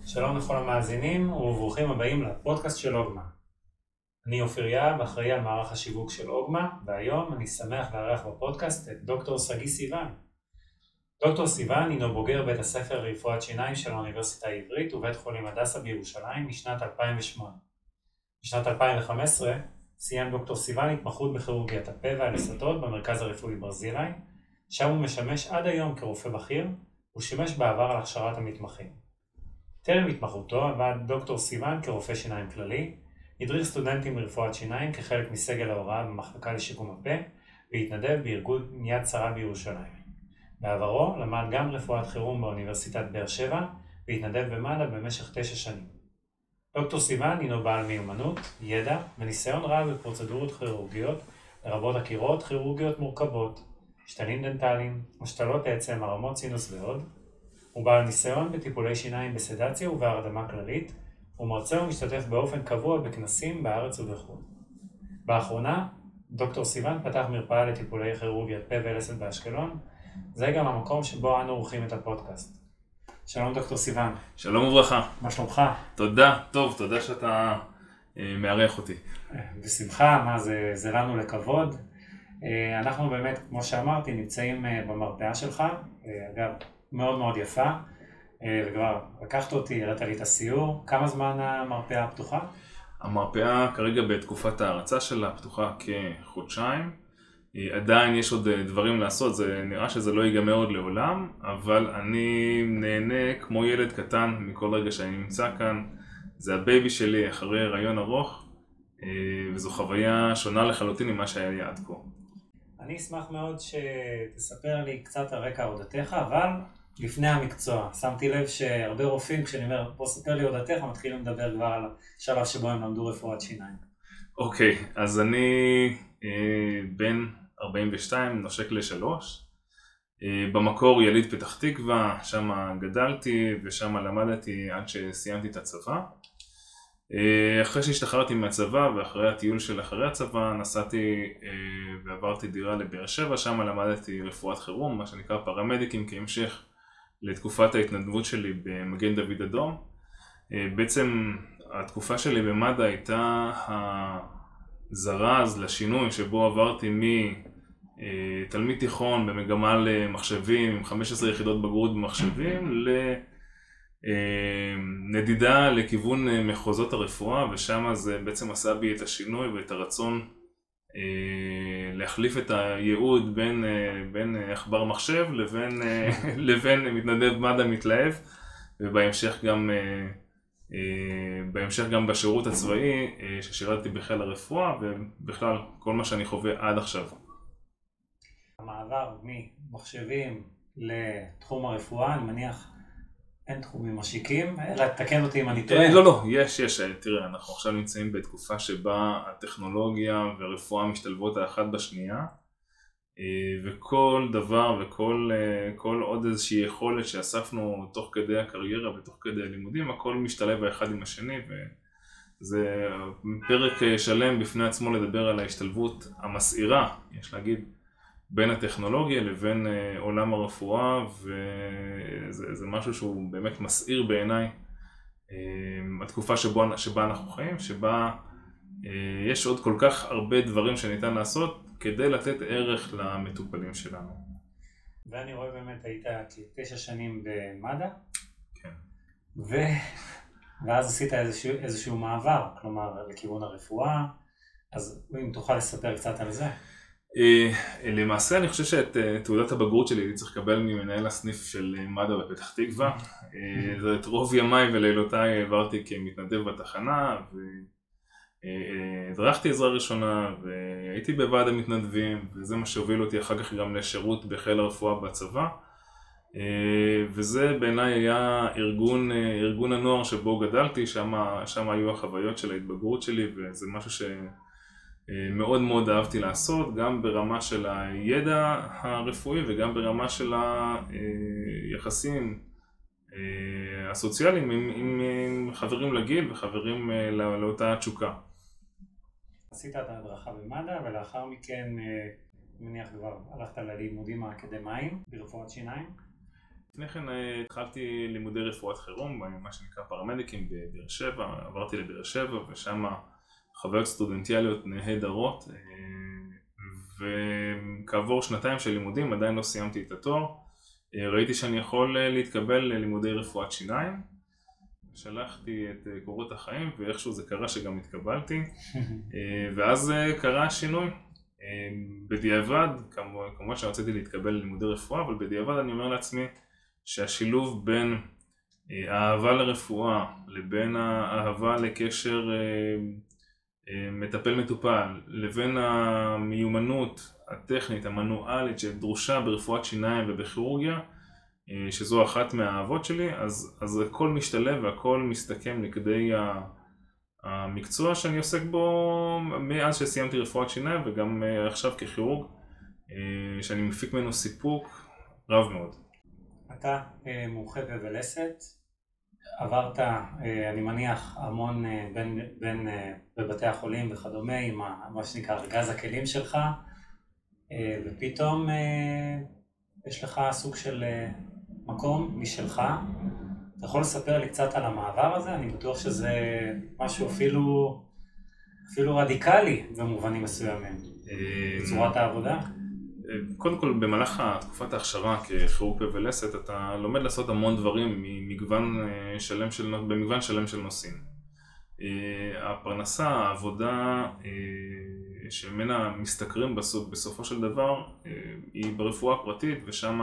שלום לכל המאזינים וברוכים הבאים לפודקאסט של אוגמה. אני אופיר יהב, אחראי על מערך השיווק של אוגמה, והיום אני שמח לארח בפודקאסט את דוקטור שגיא סיוון. דוקטור סיוון הינו בוגר בית הספר לרפואת שיניים של האוניברסיטה העברית ובית חולים הדסה בירושלים משנת 2008. בשנת 2015 סיים דוקטור סיוון התמחות בכירורגיית הפה והלסתות במרכז הרפואי ברזילי, שם הוא משמש עד היום כרופא בכיר, ושימש בעבר על הכשרת המתמחים. טרם התמחותו עבד דוקטור סיוון כרופא שיניים כללי, הדריך סטודנטים לרפואת שיניים כחלק מסגל ההוראה במחלקה לשיקום הפה, והתנדב בארגון יד שרה בירושלים. בעברו למד גם רפואת חירום באוניברסיטת באר שבע, והתנדב במד"א במשך 9 שנים. דוקטור סיוון הינו בעל מיומנות, ידע וניסיון רב בפרוצדורות כירורגיות, לרבות עקירות כירורגיות מורכבות, משתנים דנטליים, השתלות עצם, הרמות סינוס ועוד. הוא בעל ניסיון בטיפולי שיניים בסדציה ובהרדמה כללית, ומרצה ומשתתף באופן קבוע בכנסים בארץ ובחו"ל. באחרונה, דוקטור סיוון פתח מרפאה לטיפולי כירורגיית פה ולסת באשקלון, זה גם המקום שבו אנו עורכים את הפודקאסט. שלום דוקטור סיוון. שלום וברכה. מה שלומך? תודה, טוב, תודה שאתה מארח אותי. בשמחה, זה לנו לכבוד. אנחנו באמת, כמו שאמרתי, נמצאים במרפאה שלך, אגב, מאוד מאוד יפה, וכבר לקחת אותי, הראת לי את הסיור. כמה זמן המרפאה פתוחה? המרפאה כרגע בתקופת ההרצה שלה פתוחה כחודשיים. עדיין יש עוד דברים לעשות, זה נראה שזה לא ייגמר עוד לעולם, אבל אני נהנה כמו ילד קטן מכל רגע שאני נמצא כאן. זה הבייבי שלי אחרי הריון ארוך, וזו חוויה שונה לחלוטין ממה שהיה לי עד כה. אני אשמח מאוד שתספר לי קצת על רקע עבודתך, אבל לפני המקצוע. שמתי לב שהרבה רופאים, כשאני אומר, בוא ספר לי עבודתך, מתחילים לדבר כבר על השלב שבו הם למדו רפואת שיניים. אוקיי, אז אני בן 42, נושק ל3. במקור יליד פתח תקווה, שם גדלתי ושם למדתי עד שסיימתי את הצבא. אחרי שהשתחררתי מהצבא ואחרי הטיול של אחרי הצבא נסעתי ועברתי דירה לבאר שבע, שם למדתי רפואת חירום, מה שנקרא פרמדיקים, כהמשך לתקופת ההתנדבות שלי במגן דוד אדום. בעצם התקופה שלי במד"א הייתה הזרז לשינוי שבו עברתי מתלמיד תיכון במגמה למחשבים עם 15 יחידות בגרות במחשבים לנדידה לכיוון מחוזות הרפואה, ושם זה בעצם עשה בי את השינוי ואת הרצון להחליף את הייעוד בין עכבר מחשב לבין מתנדב מד"א מתלהב, ובהמשך גם בשירות הצבאי ששירתתי בחיל הרפואה, ובכלל כל מה שאני חווה עד עכשיו. המעבר ממחשבים לתחום הרפואה, אני מניח אין תחומים משיקים, אלא תקן אותי אם אני טועה. לא, יש. תראה, אנחנו עכשיו נמצאים בתקופה שבה הטכנולוגיה והרפואה משתלבות האחת בשנייה, וכל דבר וכל עוד איזושהי יכולת שאספנו תוך כדי הקריירה ותוך כדי הלימודים, הכל משתלב האחד עם השני, וזה פרק שלם בפני עצמו לדבר על ההשתלבות המסעירה, יש להגיד, בין הטכנולוגיה לבין עולם הרפואה, וזה משהו שהוא באמת מסעיר בעיניי. התקופה שבה אנחנו חיים, שבה יש עוד כל כך הרבה דברים שניתן לעשות כדי לתת ערך למטופלים שלנו. ואני רואה באמת, היית כ9 שנים במד"א. כן. ואז עשית איזשהו מעבר, כלומר לכיוון הרפואה, אז אם תוכל לספר קצת על זה. למעשה אני חושב שאת תעודת הבגרות שלי צריך לקבל ממנהל הסניף של מד"א בפתח תקווה. את רוב ימיי ולילותיי העברתי כמתנדב בתחנה, והדרכתי עזרה ראשונה והייתי בוועד המתנדבים, וזה מה שהוביל אותי אחר כך גם לשירות בחיל הרפואה בצבא. וזה בעיניי היה ארגון הנוער שבו גדלתי, שם היו החוויות של ההתבגרות שלי, וזה משהו מאוד מאוד אהבתי לעשות, גם ברמה של הידע הרפואי וגם ברמה של היחסים הסוציאליים עם חברים לגיל וחברים לאותה תשוקה. עשית את ההדרכה במד"א ולאחר מכן, מניח כבר הלכת ללימודים האקדמיים ברפואת שיניים? לפני כן התחלתי לימודי רפואת חירום, מה שנקרא פרמדיקים בבאר שבע, עברתי לבאר שבע ושם חוויות סטודנטיאליות נהדרות, וכעבור שנתיים של לימודים עדיין לא סיימתי את התואר, ראיתי שאני יכול להתקבל ללימודי רפואת שיניים, שלחתי את קורות החיים ואיכשהו זה קרה שגם התקבלתי, ואז קרה השינוי. בדיעבד, כמובן שרציתי להתקבל ללימודי רפואה, אבל בדיעבד אני אומר לעצמי שהשילוב בין האהבה לרפואה לבין האהבה לקשר מטפל מטופל, לבין המיומנות הטכנית, המנואלית שדרושה ברפואת שיניים ובכירורגיה, שזו אחת מהאהבות שלי, אז הכל משתלב והכל מסתכם לכדי המקצוע שאני עוסק בו מאז שסיימתי רפואת שיניים וגם עכשיו ככירורג, שאני מפיק ממנו סיפוק רב מאוד. אתה מומחה בוולסת, עברת, אני מניח, המון בין בבתי החולים וכדומה עם מה שנקרא ארגז הכלים שלך, ופתאום יש לך סוג של מקום משלך. אתה יכול לספר לי קצת על המעבר הזה? אני בטוח שזה משהו אפילו רדיקלי במובנים מסוימים, בצורת העבודה. קודם כל, במהלך תקופת ההכשרה ככירורג פה ולסת, אתה לומד לעשות המון דברים במגוון שלם של נושאים. הפרנסה, העבודה שממנה משתכרים בסופו של דבר, היא ברפואה הפרטית,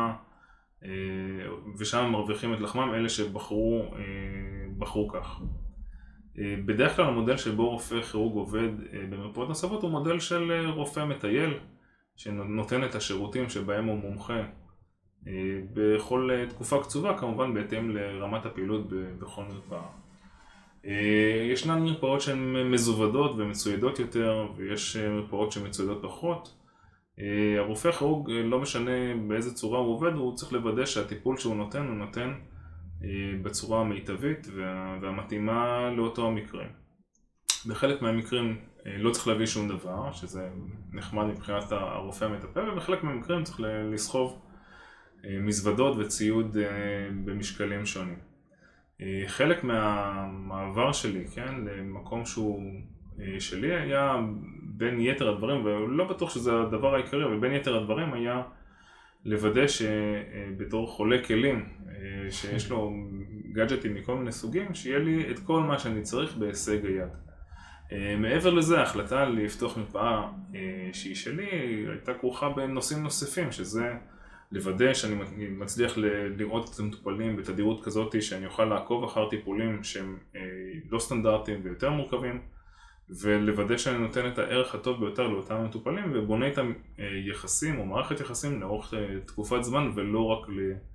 ושם מרוויחים את לחמם אלה שבחרו כך. בדרך כלל המודל שבו רופא כירורג עובד במרפאות נוספות הוא מודל של רופא מטייל, שנותן את השירותים שבהם הוא מומחה בכל תקופה קצובה, כמובן בהתאם לרמת הפעילות בכל מרפאה. ישנן מרפאות שהן מזוודות ומצוידות יותר, ויש מרפאות שמצוידות פחות. הרופא כירורג, לא משנה באיזה צורה הוא עובד, הוא צריך לוודא שהטיפול שהוא נותן, הוא נותן בצורה המיטבית והמתאימה לאותו המקרה. בחלק מהמקרים לא צריך להביא שום דבר, שזה נחמד מבחינת הרופא המטפל, ובחלק מהמקרים צריך לסחוב מזוודות וציוד במשקלים שונים. חלק מהמעבר שלי, כן, למקום שהוא שלי היה בין יתר הדברים, ולא בטוח שזה הדבר העיקרי, אבל בין יתר הדברים היה לוודא שבתור חולה כלים, שיש לו גאדג'טים מכל מיני סוגים, שיהיה לי את כל מה שאני צריך בהישג היד. מעבר לזה, ההחלטה לפתוח מרפאה שהיא שלי הייתה כרוכה בנושאים נוספים, שזה לוודא שאני מצליח לראות את המטופלים בתדירות כזאת שאני אוכל לעקוב אחר טיפולים שהם לא סטנדרטיים ויותר מורכבים, ולוודא שאני נותן את הערך הטוב ביותר לאותם המטופלים ובונה איתם יחסים או מערכת יחסים לאורך תקופת זמן, ולא רק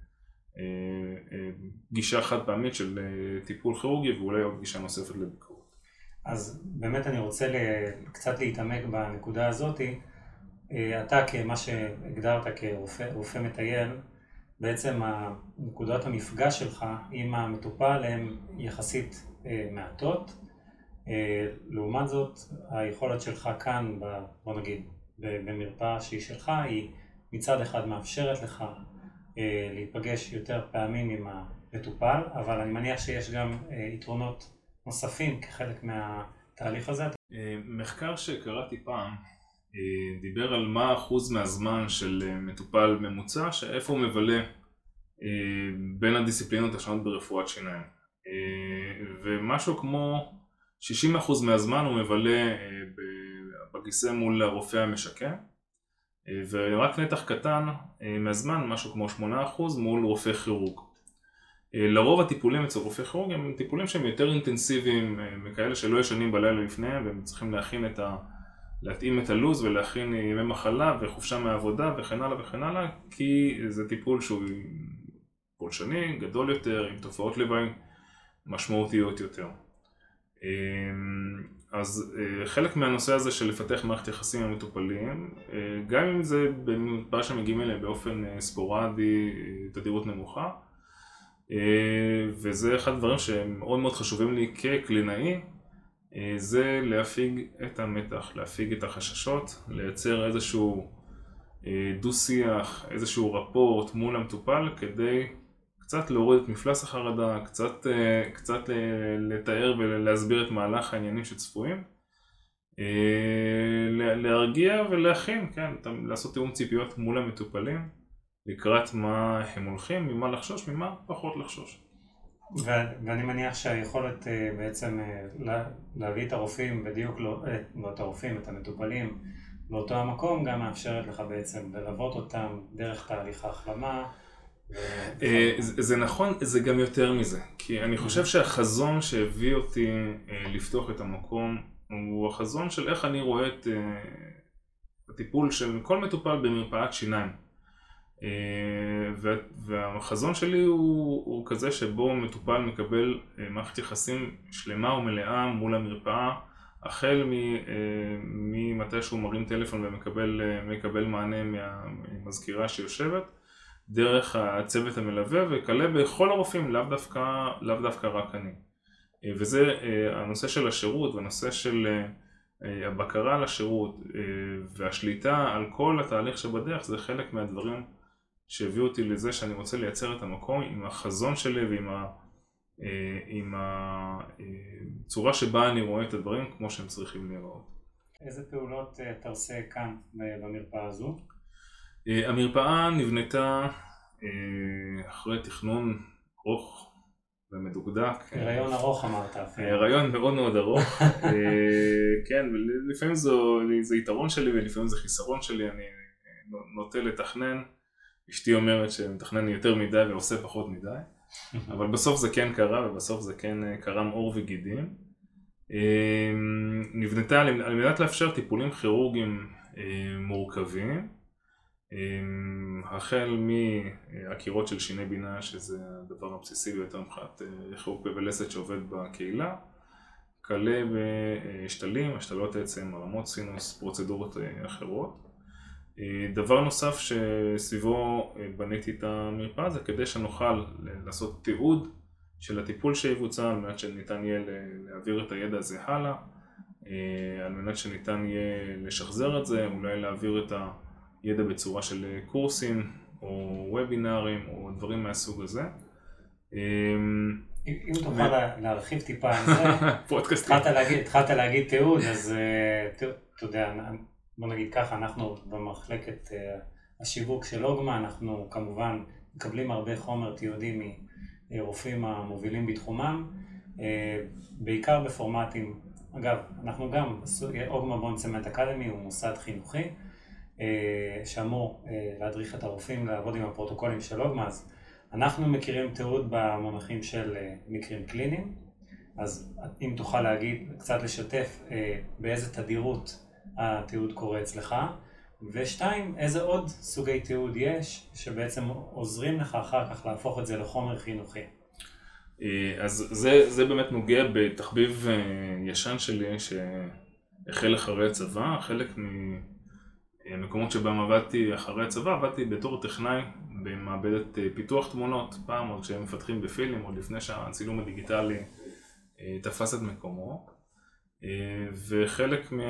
לגישה חד פעמית של טיפול כירורגי ואולי עוד גישה נוספת לביקורת. אז באמת אני רוצה קצת להתעמק בנקודה הזאת. אתה כמה שהגדרת כרופא מטייל, בעצם נקודות המפגש שלך עם המטופל הן יחסית מעטות. לעומת זאת, היכולת שלך כאן, בוא נגיד, במרפאה שהיא שלך, היא מצד אחד מאפשרת לך להיפגש יותר פעמים עם המטופל, אבל אני מניח שיש גם יתרונות נוספים כחלק מהתהליך הזה. מחקר שקראתי פעם דיבר על מה אחוז מהזמן של מטופל ממוצע, שאיפה הוא מבלה בין הדיסציפלינות השונות ברפואת שיניים. ומשהו כמו 60% מהזמן הוא מבלה בכיסא מול הרופא המשקם, ורק נתח קטן מהזמן, משהו כמו 8% מול רופא כירורג. לרוב הטיפולים אצל רופא כירורג הם טיפולים שהם יותר אינטנסיביים, מכאלה שלא ישנים בלילה לפניהם, והם צריכים להתאים את הלוז ולהכין ימי מחלה וחופשה מהעבודה וכן הלאה וכן הלאה, כי זה טיפול שהוא פולשני, גדול יותר, עם תופעות לוואי משמעותיות יותר. אז חלק מהנושא הזה של לפתח מערכת יחסים עם המטופלים, גם אם זה במרפאה שמגיעים אליהם באופן ספורדי, תדירות נמוכה, וזה אחד הדברים שמאוד מאוד חשובים לי כקלינאי, זה להפיג את המתח, להפיג את החששות, לייצר איזשהו דו-שיח, איזשהו רפורט מול המטופל כדי קצת להוריד את מפלס החרדה, קצת לתאר ולהסביר את מהלך העניינים שצפויים. להרגיע ולהכין, כן, לעשות תיאום ציפיות מול המטופלים, לקראת מה הם הולכים, ממה לחשוש, ממה פחות לחשוש. ואני מניח שהיכולת בעצם להביא את הרופאים, בדיוק לא את הרופאים, את המטופלים, באותו המקום, גם מאפשרת לך בעצם ללוות אותם דרך תהליך ההחלמה. זה נכון, זה גם יותר מזה, כי אני חושב שהחזון שהביא אותי לפתוח את המקום, הוא החזון של איך אני רואה את הטיפול של כל מטופל במרפאת שיניים. והחזון שלי הוא כזה שבו מטופל מקבל מערכת יחסים שלמה ומלאה מול המרפאה, החל ממתי שהוא מרים טלפון ומקבל מענה מהמזכירה שיושבת, דרך הצוות המלווה וכלה בכל הרופאים, לאו דווקא רק אני. וזה הנושא של השירות והנושא של הבקרה על השירות והשליטה על כל התהליך שבדרך, זה חלק מהדברים שהביאו אותי לזה שאני רוצה לייצר את המקום עם החזון שלי ועם הצורה שבה אני רואה את הדברים כמו שהם צריכים להיראות. איזה פעולות אתה עושה כאן במרפאה הזו? המרפאה נבנתה אחרי תכנון ארוך ומדוקדק. הריון ארוך אמרת. הריון מאוד מאוד ארוך. כן, לפעמים זה יתרון שלי ולפעמים זה חיסרון שלי, אני נוטה לתכנן. אשתי אומרת שמתכנן יותר מדי ועושה פחות מדי, אבל בסוף זה כן קרה ובסוף זה כן קרם עור וגידים. נבנתה על מנת לאפשר טיפולים כירורגיים מורכבים, החל מהקירות של שיני בינה, שזה הדבר הבסיסי ביותר מבחינת כירורג פה ולסת שעובד בקהילה, כלה בשתלים, השתלות עצם, הרמות סינוס, פרוצדורות אחרות. דבר נוסף שסביבו בניתי את המרפאה זה כדי שנוכל לעשות תיעוד של הטיפול שיבוצע, על מנת שניתן יהיה להעביר את הידע הזה הלאה, על מנת שניתן יהיה לשחזר את זה, אולי להעביר את הידע בצורה של קורסים או וובינארים או דברים מהסוג הזה. אם תוכל להרחיב טיפה על זה, התחלת להגיד תיעוד, אז אתה יודע, בוא נגיד ככה, אנחנו במחלקת השיווק של אוגמה, אנחנו כמובן מקבלים הרבה חומר תיעודי מרופאים המובילים בתחומם, בעיקר בפורמטים. אגב, אנחנו גם, אוגמה בון צמנט אקדמי הוא מוסד חינוכי, שאמור להדריך את הרופאים לעבוד עם הפרוטוקולים של אוגמה, אז אנחנו מכירים תיעוד במונחים של מקרים קליניים, אז אם תוכל להגיד, קצת לשתף באיזה תדירות התיעוד קורה אצלך, ושתיים, איזה עוד סוגי תיעוד יש שבעצם עוזרים לך אחר כך להפוך את זה לחומר חינוכי. אז זה באמת נוגע בתחביב ישן שלי שהחל אחרי הצבא. חלק מהמקומות שבהם עבדתי אחרי הצבא, עבדתי בתור טכנאי במעבדת פיתוח תמונות, פעם עוד כשהם מפתחים בפילם, עוד לפני שהצילום הדיגיטלי תפס את מקומו. וחלק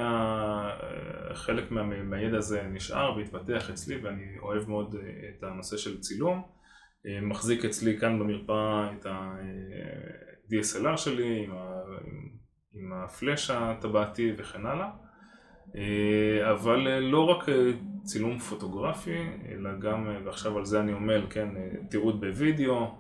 מהידע הזה נשאר והתפתח אצלי, ואני אוהב מאוד את הנושא של צילום. מחזיק אצלי כאן במרפאה את ה-DSLR שלי עם הפלאש הטבעתי וכן הלאה. אבל לא רק צילום פוטוגרפי, אלא גם, ועכשיו על זה אני עמל, כן, תיעוד בווידאו,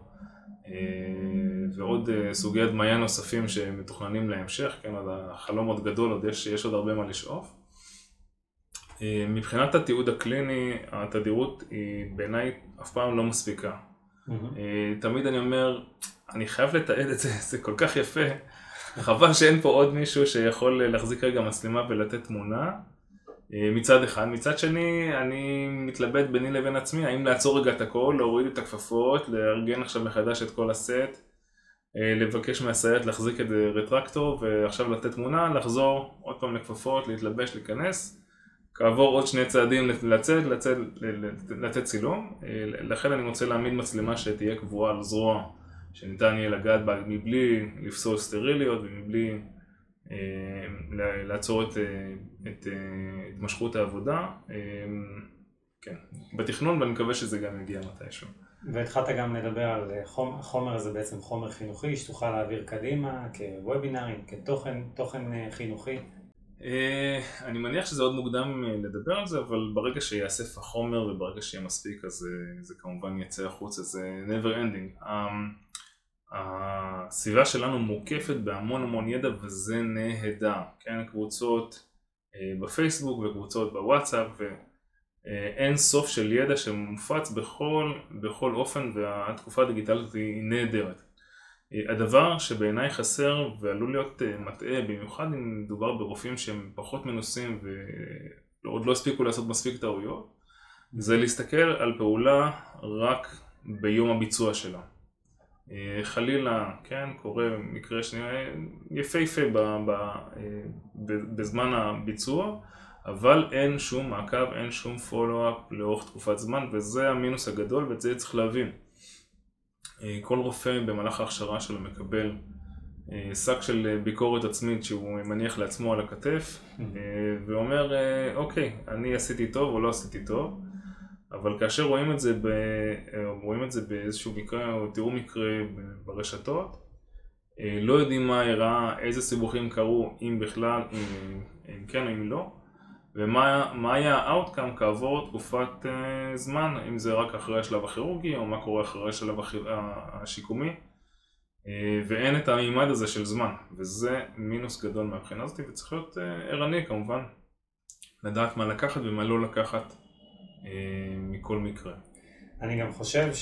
ועוד סוגי הדמיה נוספים שמתוכננים להמשך, כן, החלום עוד גדול, עוד יש עוד הרבה מה לשאוף. מבחינת התיעוד הקליני, התדירות היא בעיניי אף פעם לא מספיקה. תמיד אני אומר, אני חייב לתעד את זה, זה כל כך יפה, חבל שאין פה עוד מישהו שיכול להחזיק רגע מצלמה ולתת תמונה, מצד אחד. מצד שני, אני מתלבט ביני לבין עצמי, האם לעצור רגע את הכל, להוריד את הכפפות, לארגן עכשיו מחדש את כל הסט, לבקש מהסייעת להחזיק את רטרקטור, ועכשיו לתת תמונה, לחזור עוד פעם לכפפות, להתלבש, להיכנס, כעבור עוד שני צעדים לתת צילום. לכן אני רוצה להעמיד מצלמה שתהיה קבועה על זרוע, שניתן יהיה לגעת בה מבלי לפסול סטריליות ומבלי לעצור את התמשכות העבודה. כן, בתכנון, ואני מקווה שזה גם יגיע מתישהו. והתחלת גם לדבר על החומר הזה, בעצם חומר חינוכי, שתוכל להעביר קדימה כוובינרים, תוכן חינוכי. אני מניח שזה עוד מוקדם לדבר על זה, אבל ברגע שיאסף החומר וברגע שיהיה מספיק, אז זה כמובן יצא החוצה, זה never ending. הסביבה שלנו מוקפת בהמון המון ידע וזה נהדר, כן? קבוצות בפייסבוק וקבוצות בוואטסאפ ואין סוף של ידע שמופץ בכל אופן, והתקופה הדיגיטלית היא נהדרת. הדבר שבעיניי חסר ועלול להיות מטעה, במיוחד אם מדובר ברופאים שהם פחות מנוסים ועוד לא הספיקו לעשות מספיק טעויות, זה להסתכל על פעולה רק ביום הביצוע שלה. חלילה, כן, קורה מקרה יפהפה בזמן הביצוע, אבל אין שום מעקב, אין שום פולו-אפ לאורך תקופת זמן, וזה המינוס הגדול ואת זה צריך להבין. כל רופא במהלך ההכשרה שלו מקבל שק של ביקורת עצמית שהוא מניח לעצמו על הכתף ואומר אוקיי, אני עשיתי טוב או לא עשיתי טוב, אבל כאשר רואים את זה באיזשהו מקרה או תראו מקרה ברשתות, לא יודעים מה אירע, איזה סיבוכים קרו, אם בכלל, אם כן או אם לא, ומה היה האוטקאם כעבור תקופת זמן, אם זה רק אחרי השלב הכירורגי או מה קורה אחרי השלב השיקומי, ואין את המימד הזה של זמן, וזה מינוס גדול מהבחינה הזאת, וצריך להיות ערני כמובן, לדעת מה לקחת ומה לא לקחת מכל מקרה. אני גם חושב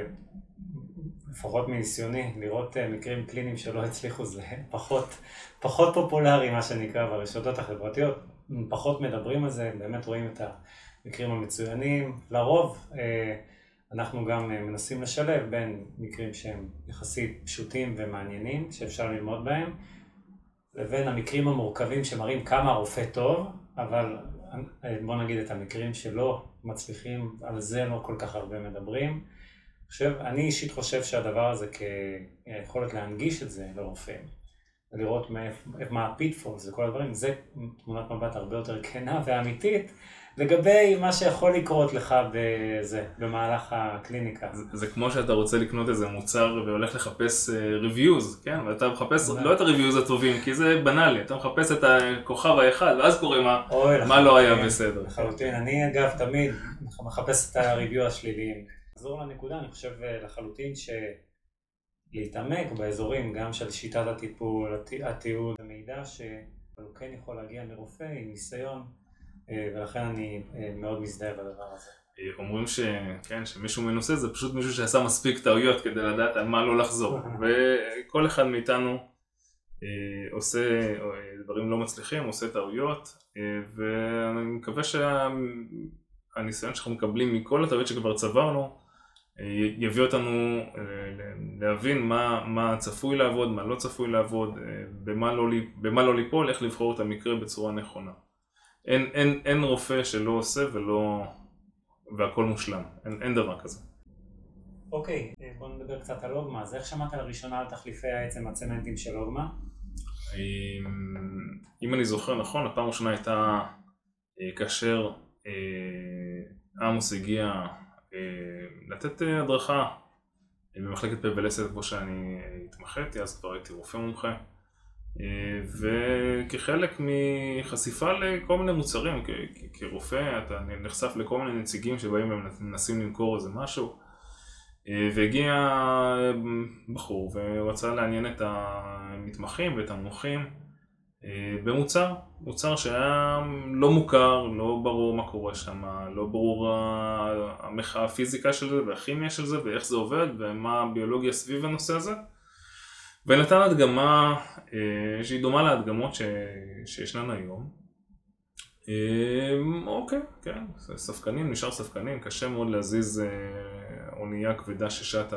לפחות מניסיוני, לראות מקרים קליניים שלא הצליחו זה פחות פופולרי מה שנקרא ברשתות החברתיות, פחות מדברים על זה, באמת רואים את המקרים המצוינים. לרוב אנחנו גם מנסים לשלב בין מקרים שהם יחסית פשוטים ומעניינים שאפשר ללמוד בהם, לבין המקרים המורכבים שמראים כמה הרופא טוב, אבל בוא נגיד את המקרים שלא מצליחים, על זה לא כל כך הרבה מדברים. אני אישית חושב שהדבר הזה כיכולת להנגיש את זה לרופאים, ולראות מה הפיטפולס וכל הדברים, זה תמונת מבט הרבה יותר כנה ואמיתית לגבי מה שיכול לקרות לך במהלך הקליניקה. זה כמו שאתה רוצה לקנות איזה מוצר והולך לחפש ריוויוז, כן? ואתה מחפש לא את הריוויוז הטובים, כי זה בנאלי, אתה מחפש את הכוכב האחד, ואז קורא מה לא היה בסדר. לחלוטין, אני אגב תמיד מחפש את הריוויו השליליים. לחזור לנקודה, אני חושב לחלוטין להתעמק באזורים גם של שיטת הטיפול, התיעוד, המידע שהוא כן יכול להגיע מרופא עם ניסיון, ולכן אני מאוד מזדהה בדבר הזה. אומרים שמישהו מנוסה זה פשוט מישהו שעשה מספיק טעויות כדי לדעת על מה לא לחזור, וכל אחד מאיתנו עושה דברים לא מצליחים, עושה טעויות, ואני מקווה שהניסיון שאנחנו מקבלים מכל הטעויות שכבר צברנו יביא אותנו להבין מה צפוי לעבוד, מה לא צפוי לעבוד, במה לא ליפול, איך לבחור את המקרה בצורה נכונה. אין רופא שלא עושה והכל מושלם, אין דבר כזה. אוקיי, בוא נדבר קצת על אוגמה. אז איך שמעת לראשונה על תחליפי העצם הצמנטיים של אוגמה? אם אני זוכר נכון, הפעם הראשונה הייתה כאשר עמוס הגיע לתת הדרכה במחלקת פה ולסת כמו שאני התמחיתי, אז כבר הייתי רופא מומחה, וכחלק מחשיפה לכל מיני מוצרים, כרופא אתה נחשף לכל מיני נציגים שבאים ומנסים למכור איזה משהו, והגיע בחור ורצה לעניין את המתמחים ואת המומחים מוצר שהיה לא מוכר, לא ברור מה קורה שם, לא ברור הפיזיקה של זה והכימיה של זה ואיך זה עובד ומה הביולוגיה סביב הנושא הזה, ונתן הדגמה שהיא דומה להדגמות שיש לנו היום. אוקיי, כן, ספקנים, נשאר ספקנים, קשה מאוד להזיז אונייה כבדה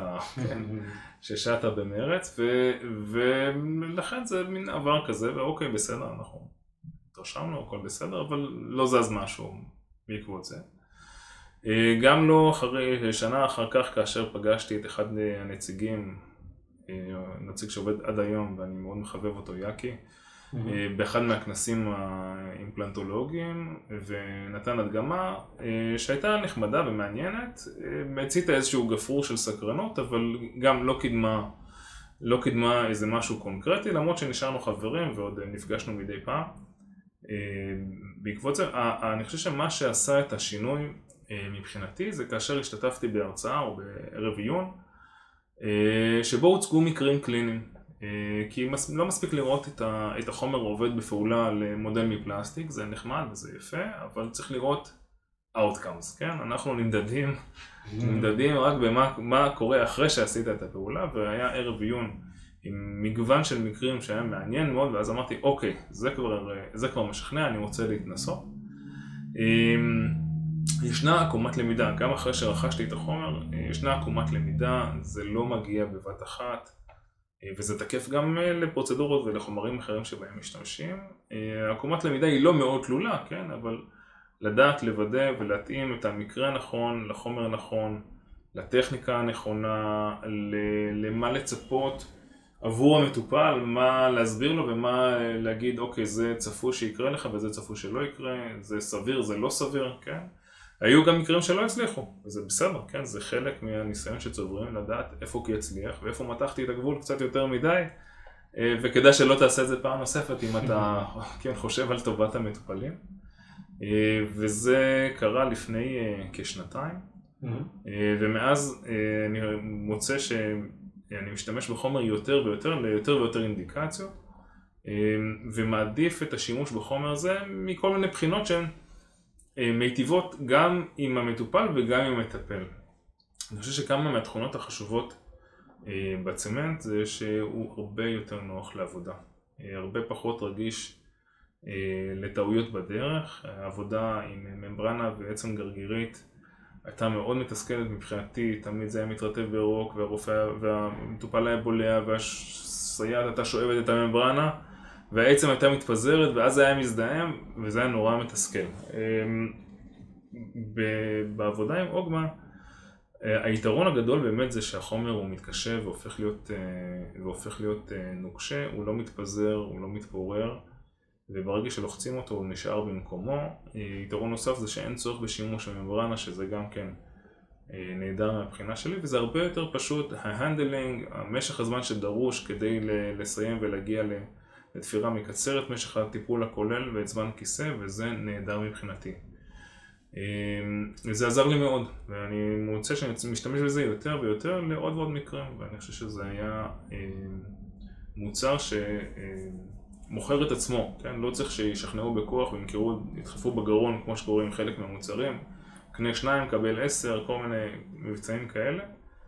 ששטה במרץ, ולכן זה מין עבר כזה, ואוקיי, בסדר, אנחנו תרשמנו, הכל בסדר, אבל לא זז משהו בעקבות זה. גם לא שנה אחר כך, כאשר פגשתי את אחד הנציגים, נציג שעובד עד היום, ואני מאוד מחבב אותו, יאקי, באחד מהכנסים האימפלנטולוגיים, ונתן הדגמה שהייתה נחמדה ומעניינת, הציתה איזשהו גפרור של סקרנות, אבל גם לא קידמה איזה משהו קונקרטי, למרות שנשארנו חברים ועוד נפגשנו מדי פעם. בעקבות זה, אני חושב שמה שעשה את השינוי מבחינתי זה כאשר השתתפתי בהרצאה או בערב עיון, שבו הוצגו מקרים קליניים, כי לא מספיק לראות את החומר עובד בפעולה למודל מפלסטיק, זה נחמד וזה יפה, אבל צריך לראות outcomes, כן? אנחנו נמדדים רק במה קורה אחרי שעשית את הפעולה, והיה ערב עיון עם מגוון של מקרים שהיה מעניין מאוד, ואז אמרתי, אוקיי, זה כבר משכנע, אני רוצה להתנסות. ישנה עקומת למידה, גם אחרי שרכשתי את החומר, ישנה עקומת למידה, זה לא מגיע בבת אחת, וזה תקף גם לפרוצדורות ולחומרים אחרים שבהם משתמשים. עקומת למידה היא לא מאוד תלולה, כן? אבל לדעת, לוודא ולהתאים את המקרה הנכון, לחומר הנכון, לטכניקה הנכונה, למה לצפות עבור המטופל, מה להסביר לו ומה להגיד, אוקיי, זה צפוי שיקרה לך וזה צפוי שלא יקרה, זה סביר, זה לא סביר, כן? היו גם מקרים שלא הצליחו, וזה בסדר, כן? זה חלק מהניסיון שצוברים לדעת איפה כי יצליח ואיפה מתחתי את הגבול קצת יותר מדי, וכדאי שלא תעשה את זה פעם נוספת אם אתה כן, חושב על טובת המטופלים. וזה קרה לפני כשנתיים, ומאז אני מוצא שאני משתמש בחומר יותר ויותר ליותר ויותר אינדיקציות, ומעדיף את השימוש בחומר הזה מכל מיני בחינות שהן מיטיבות גם עם המטופל וגם עם המטפל. אני חושב שכמה מהתכונות החשובות בצמנט זה שהוא הרבה יותר נוח לעבודה, הרבה פחות רגיש לטעויות בדרך. העבודה עם ממברנה ועצם גרגירית הייתה מאוד מתסכלת מבחינתי, תמיד זה היה מתרטב בירוק והמטופל היה בולע והסייעת הייתה שואבת את הממברנה והעצם הייתה מתפזרת ואז זה היה מזדהם וזה היה נורא מתסכל. בעבודה עם אוגמה היתרון הגדול באמת זה שהחומר הוא מתקשה והופך להיות נוקשה, הוא לא מתפזר, הוא לא מתפורר, וברגע שלוחצים אותו הוא נשאר במקומו. יתרון נוסף זה שאין צורך בשימוש בממברנה, שזה גם כן נהדר מהבחינה שלי, וזה הרבה יותר פשוט. ההנדלינג, המשך הזמן שדרוש כדי לסיים ולהגיע לתפירה מקצר את משך הטיפול הכולל ואת זמן כיסא, וזה נהדר מבחינתי. זה עזר לי מאוד, ואני מוצא שאני משתמש בזה יותר ויותר לעוד ועוד מקרים, ואני חושב שזה היה מוצר שמוכר את עצמו, כן? לא צריך שישכנעו בכוח וידחפו בגרון כמו שקורה עם חלק מהמוצרים, קנה 2, קבל 10, כל מיני מבצעים כאלה,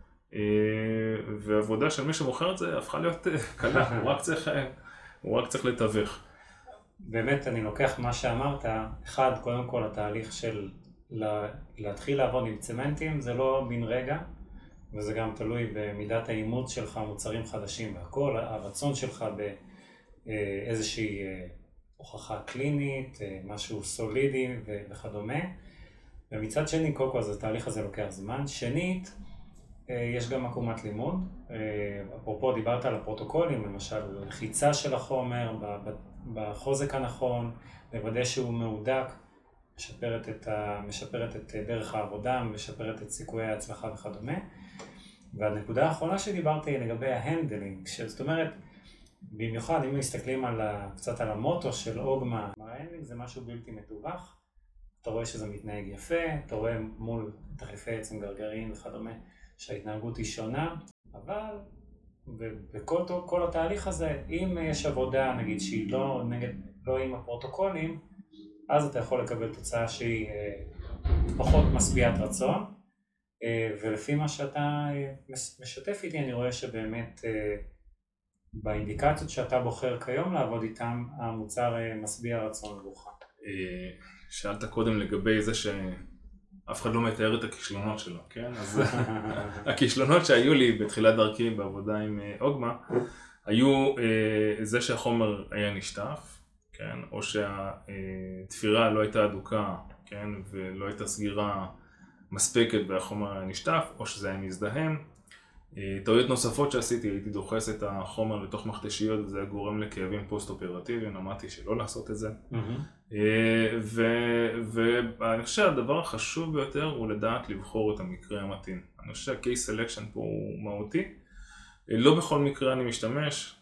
והעבודה של מי שמוכר את זה הפכה להיות קלה, הוא רק צריך לתווך. באמת אני לוקח מה שאמרת, אחד, קודם כל התהליך של להתחיל לעבוד עם צמנטים זה לא בין רגע, וזה גם תלוי במידת האימוץ שלך, מוצרים חדשים והכל, הרצון שלך באיזושהי הוכחה קלינית, משהו סולידי וכדומה. ומצד שני, קודם כל, אז התהליך הזה לוקח זמן. שנית, יש גם עקומת לימוד. אפרופו דיברת על הפרוטוקולים, למשל לחיצה של החומר בחוזק הנכון, לוודא שהוא מהודק, משפרת את דרך העבודה, משפרת את סיכויי ההצלחה וכדומה. והנקודה האחרונה שדיברתי היא לגבי ההנדלינג, זאת אומרת, במיוחד אם מסתכלים קצת על המוטו של אוגמה, ההנדלינג זה משהו בלתי מתווך, אתה רואה שזה מתנהג יפה, אתה רואה מול תחליפי עצם גרגריים וכדומה שההתנהגות היא שונה, אבל בכל התהליך הזה, אם יש עבודה נגיד שהיא לא עם הפרוטוקולים, אז אתה יכול לקבל תוצאה שהיא פחות משביעת רצון, ולפי מה שאתה משתף איתי אני רואה שבאמת באינדיקציות שאתה בוחר כיום לעבוד איתם, המוצר משביע רצון עבורך. שאלת קודם לגבי זה שאף אחד לא מתאר את הכישלונות שלו, כן? אז הכישלונות שהיו לי בתחילת דרכי בעבודה עם אוגמה, היו זה שהחומר היה נשטף, כן? או שהתפירה לא הייתה אדוקה, כן? ולא הייתה סגירה מספקת והחומר היה נשטף, או שזה היה מזדהם. טעויות נוספות שעשיתי, הייתי דוחס את החומר לתוך מכתשיות, וזה היה גורם לכאבים פוסט-אופרטיביים, אמרתי שלא לעשות את זה. ואני חושב שהדבר החשוב ביותר הוא לדעת לבחור את המקרה המתאים. אני חושב שה-case selection פה הוא מהותי. לא בכל מקרה אני משתמש,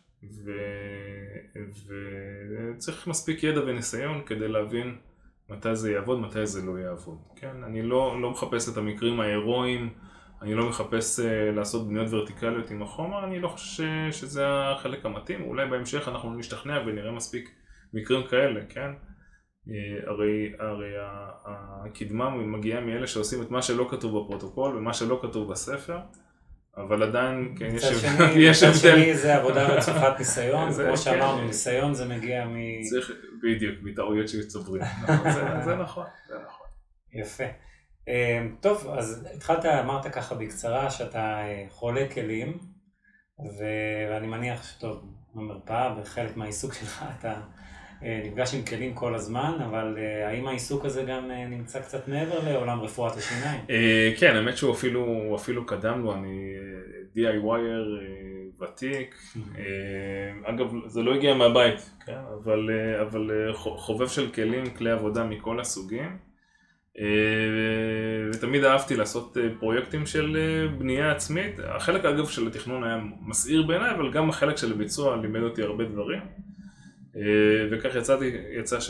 וצריך מספיק ידע וניסיון כדי להבין מתי זה יעבוד, מתי זה לא יעבוד. כן? אני לא מחפש את המקרים ההירואיים, אני לא מחפש לעשות בניות ורטיקליות עם החומר, אני לא חושב שזה החלק המתאים. אולי בהמשך אנחנו נשתכנע ונראה מספיק מקרים כאלה, כן? הרי הקדמה מגיעה מאלה שעושים את מה שלא כתוב בפרוטוקול ומה שלא כתוב בספר, אבל עדיין כן, יש הבדל. שני זה עבודה רצופת ניסיון, כמו שאמרנו, ניסיון זה מגיע בדיוק, מטעויות שצוברים. זה נכון. יפה. טוב, אז אמרת ככה בקצרה שאתה חולה כלים, ואני מניח שטוב, במרפאה, בחלק מהעיסוק שלך אתה נפגש עם כלים כל הזמן, אבל האם העיסוק הזה גם נמצא קצת מעבר לעולם רפואת השיניים? כן, האמת שהוא אפילו קדם לו, אני DIYer ותיק, אגב זה לא הגיע מהבית, כן? אבל חובב של כלים, כלי עבודה מכל הסוגים, ותמיד אהבתי לעשות פרויקטים של בנייה עצמית. החלק אגב של התכנון היה מסעיר בעיניי, אבל גם החלק של הביצוע לימד אותי הרבה דברים. וכך יצא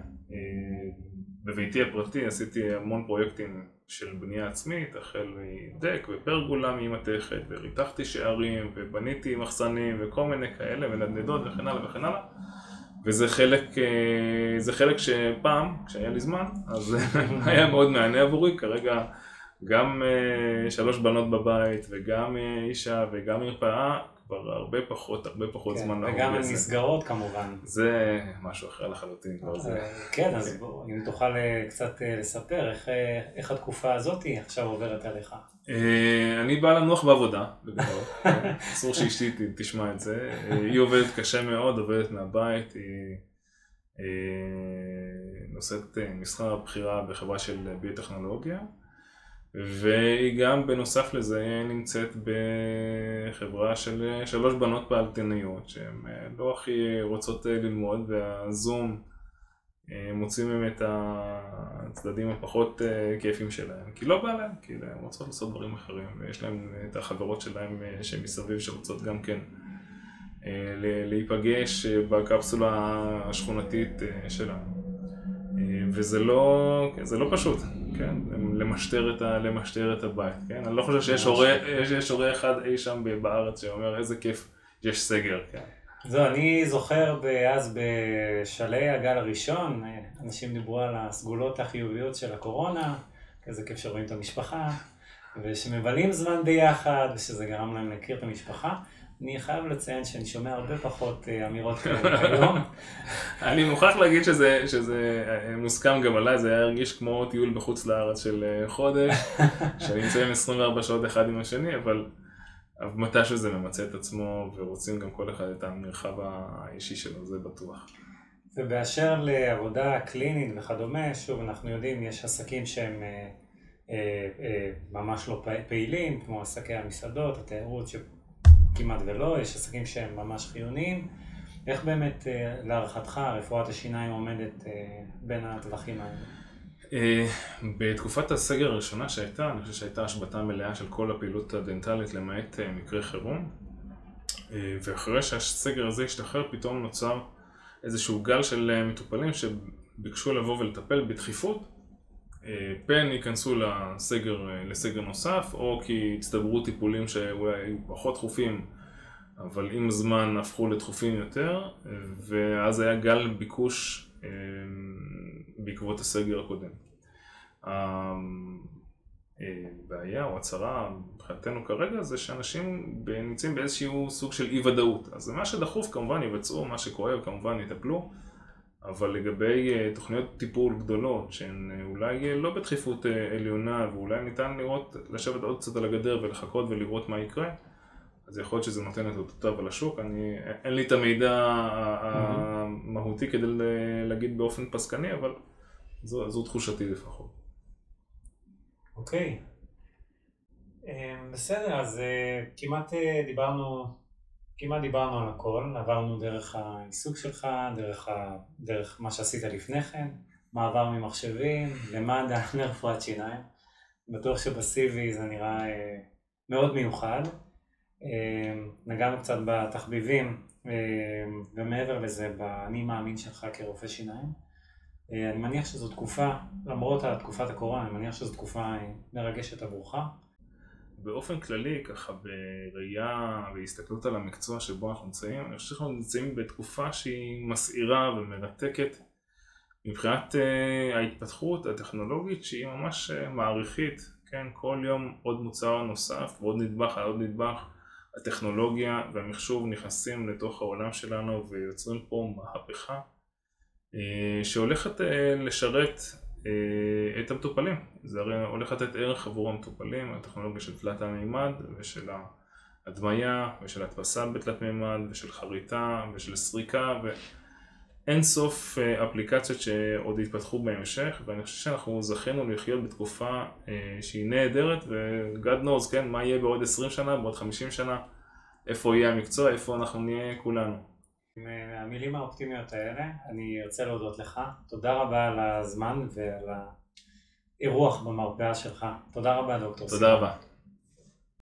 שבביתי הפרטי עשיתי המון פרויקטים של בנייה עצמית, החל מדק ופרגולה ממתכת, וריתחתי שערים ובניתי מחסנים וכל מיני כאלה ונדנדות וכן הלאה וכן הלאה. וזה חלק שפעם, כשהיה לי זמן, אז היה מאוד מענה עבורי. כרגע גם 3 בנות בבית וגם אישה וגם מרפאה, כבר הרבה פחות זמן לעבוד בזה. וגם מסגרות כמובן. זה משהו אחר לחלוטין. כן, אז אם תוכל קצת לספר איך התקופה הזאת עכשיו עוברת עליך. אני בא לנוח בעבודה, בגדול. אסור שאשתי תשמע את זה. היא עובדת קשה מאוד, עובדת מהבית, היא נושאת מסחר בחירה בחברה של ביוטכנולוגיה. והיא גם בנוסף לזה נמצאת בחברה של 3 בנות פעלתניות שהן לא הכי רוצות ללמוד, והזום מוציא מהם את הצדדים הפחות כיפים שלהם, כי לא בא להם, כי הן רוצות לעשות דברים אחרים, ויש להם את החברות שלהם שמסביב שרוצות גם כן להיפגש בקפסולה השכונתית שלנו. וזה לא פשוט, כן? למשטר את הבית, כן? אני לא חושב שיש הורה אחד אי שם בארץ שאומר איזה כיף יש סגר, כן? אני זוכר אז בשלהי הגל הראשון, אנשים דיברו על הסגולות החיוביות של הקורונה, איזה כיף שרואים את המשפחה, ושמבלים זמן ביחד, ושזה גרם להם להכיר את המשפחה. אני חייב לציין שאני שומע הרבה פחות אמירות כאלה היום. אני מוכרח להגיד שזה מוסכם גם עליי, זה היה הרגיש כמו טיול בחוץ לארץ של חודש, שנמצאים 24 שעות אחד עם השני, אבל מתי שזה ממצא את עצמו ורוצים גם כל אחד את המרחב האישי שלו, זה בטוח. ובאשר לעבודה קלינית וכדומה, שוב אנחנו יודעים, יש עסקים שהם ממש לא פעילים, כמו עסקי המסעדות, התיירות כמעט ולא, יש עסקים שהם ממש חיוניים. איך באמת להערכתך רפואת השיניים עומדת בין הטווחים האלה? בתקופת הסגר הראשונה שהייתה, אני חושב שהייתה השבתה מלאה של כל הפעילות הדנטלית למעט מקרי חירום, ואחרי שהסגר הזה השתחרר פתאום נוצר איזשהו גל של מטופלים שביקשו לבוא ולטפל בדחיפות, פן ייכנסו לסגר נוסף, או כי הצטברו טיפולים שאולי היו פחות דחופים, אבל עם הזמן הפכו לדחופים יותר, ואז היה גל ביקוש בעקבות הסגר הקודם. הבעיה או הצרה מבחינתנו כרגע זה שאנשים נמצאים באיזשהו סוג של אי-ודאות. אז מה שדחוף כמובן יבצעו, מה שכואב כמובן יטפלו, אבל לגבי תוכניות טיפול גדולות שהן אולי לא בדחיפות עליונה ואולי ניתן לשבת עוד קצת על הגדר ולחכות ולראות מה יקרה, אז יכול להיות שזה נותן את אותותיו על השוק. אין לי את המידע המהותי כדי להגיד באופן פסקני, אבל זו תחושתי לפחות. אוקיי. בסדר, אז כמעט דיברנו על הכל, עברנו דרך העיסוק שלך, דרך מה שעשית לפני כן, מעבר ממחשבים, למד"א, לרפואת שיניים. בטוח שב-CV זה נראה מאוד מיוחד. נגענו קצת בתחביבים, ומעבר לזה, באני מאמין שלך כרופא שיניים. אני מניח שזו תקופה, למרות תקופת הקורונה, אני מניח שזו תקופה מרגשת עבורך. באופן כללי, ככה בראייה והסתכלות על המקצוע שבו אנחנו נמצאים, אני חושב שאנחנו נמצאים בתקופה שהיא מסעירה ומרתקת מבחינת ההתפתחות הטכנולוגית שהיא ממש מעריכית, כן? כל יום עוד מוצר נוסף ועוד נדבך על עוד נדבך, הטכנולוגיה והמחשוב נכנסים לתוך העולם שלנו ויוצרים פה מהפכה שהולכת לשרת את המטופלים. זה הרי הולך לתת ערך עבור המטופלים, הטכנולוגיה של תלת המימד ושל ההדמיה ושל הדפסה בתלת מימד ושל חריטה ושל סריקה ואין סוף אפליקציות שעוד יתפתחו בהמשך, ואני חושב שאנחנו זכינו לחיות בתקופה שהיא נהדרת, ו-God knows, כן, מה יהיה בעוד 20 שנה, בעוד 50 שנה, איפה יהיה המקצוע, איפה אנחנו נהיה כולנו. עם המילים האופטימיות האלה, אני ארצה להודות לך. תודה רבה על הזמן ועל האירוח במרפאה שלך. תודה רבה, דוקטור. תודה רבה.